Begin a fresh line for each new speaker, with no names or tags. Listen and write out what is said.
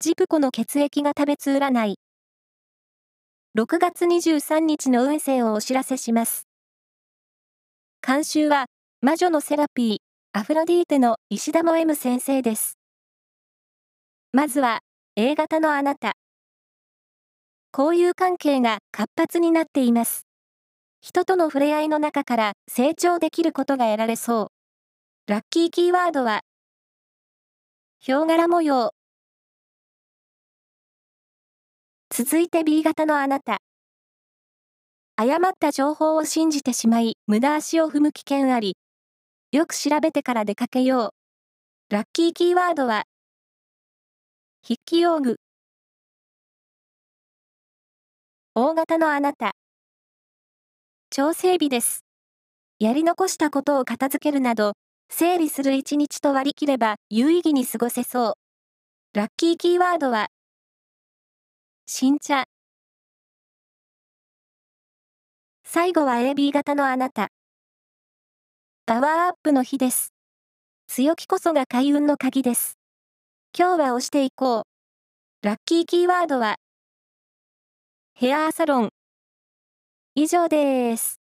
ジプコの血液が食べつ占い。6月23日の運勢をお知らせします。監修は、魔女のセラピー、アフロディーテの石田も M 先生です。まずは、A 型のあなた。交友関係が活発になっています。人との触れ合いの中から成長できることが得られそう。ラッキーキーワードは、ヒョウ柄模様。続いて B 型のあなた。誤った情報を信じてしまい、無駄足を踏む危険あり。よく調べてから出かけよう。ラッキーキーワードは、筆記用具。大型のあなた。調整日です。やり残したことを片付けるなど、整理する一日と割り切れば有意義に過ごせそう。ラッキーキーワードは、新茶。最後は AB 型のあなた。パワーアップの日です。強気こそが開運の鍵です。今日は押していこう。ラッキーキーワードは、ヘアーサロン。以上です。